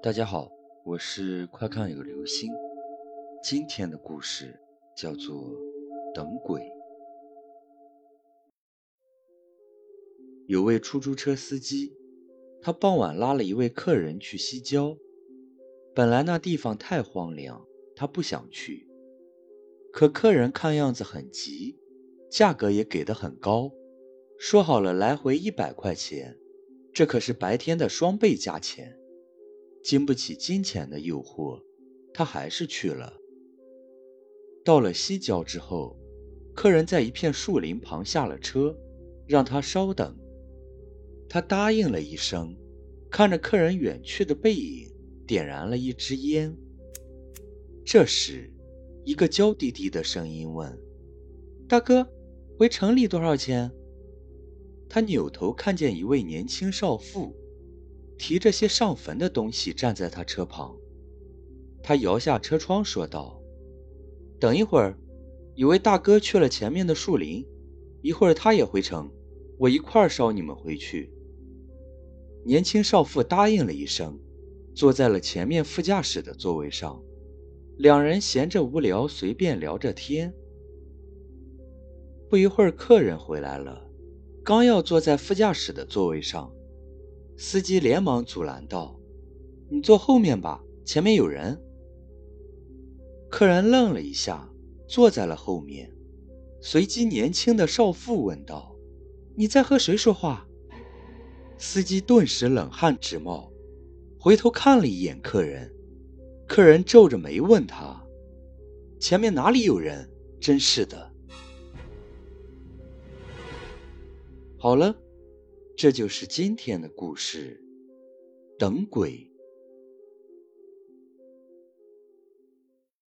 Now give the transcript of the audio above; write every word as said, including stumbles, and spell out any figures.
大家好，我是快看有流星。今天的故事叫做等鬼。有位出租车司机，他傍晚拉了一位客人去西郊。本来那地方太荒凉，他不想去。可客人看样子很急，价格也给得很高，说好了来回一百块钱，这可是白天的双倍价钱。经不起金钱的诱惑，他还是去了。到了西郊之后，客人在一片树林旁下了车，让他稍等。他答应了一声，看着客人远去的背影，点燃了一支烟。这时，一个娇滴滴的声音问：大哥，回城里多少钱？他扭头看见一位年轻少妇，提着些上坟的东西站在他车旁。他摇下车窗说道：等一会儿，有位大哥去了前面的树林，一会儿他也回城，我一块儿捎你们回去。年轻少妇答应了一声，坐在了前面副驾驶的座位上。两人闲着无聊，随便聊着天。不一会儿，客人回来了，刚要坐在副驾驶的座位上，司机连忙阻拦道：你坐后面吧，前面有人。客人愣了一下，坐在了后面。随即年轻的少妇问道：你在和谁说话？司机顿时冷汗直冒，回头看了一眼客人。客人皱着眉问他：前面哪里有人？真是的。好了，这就是今天的故事，等鬼。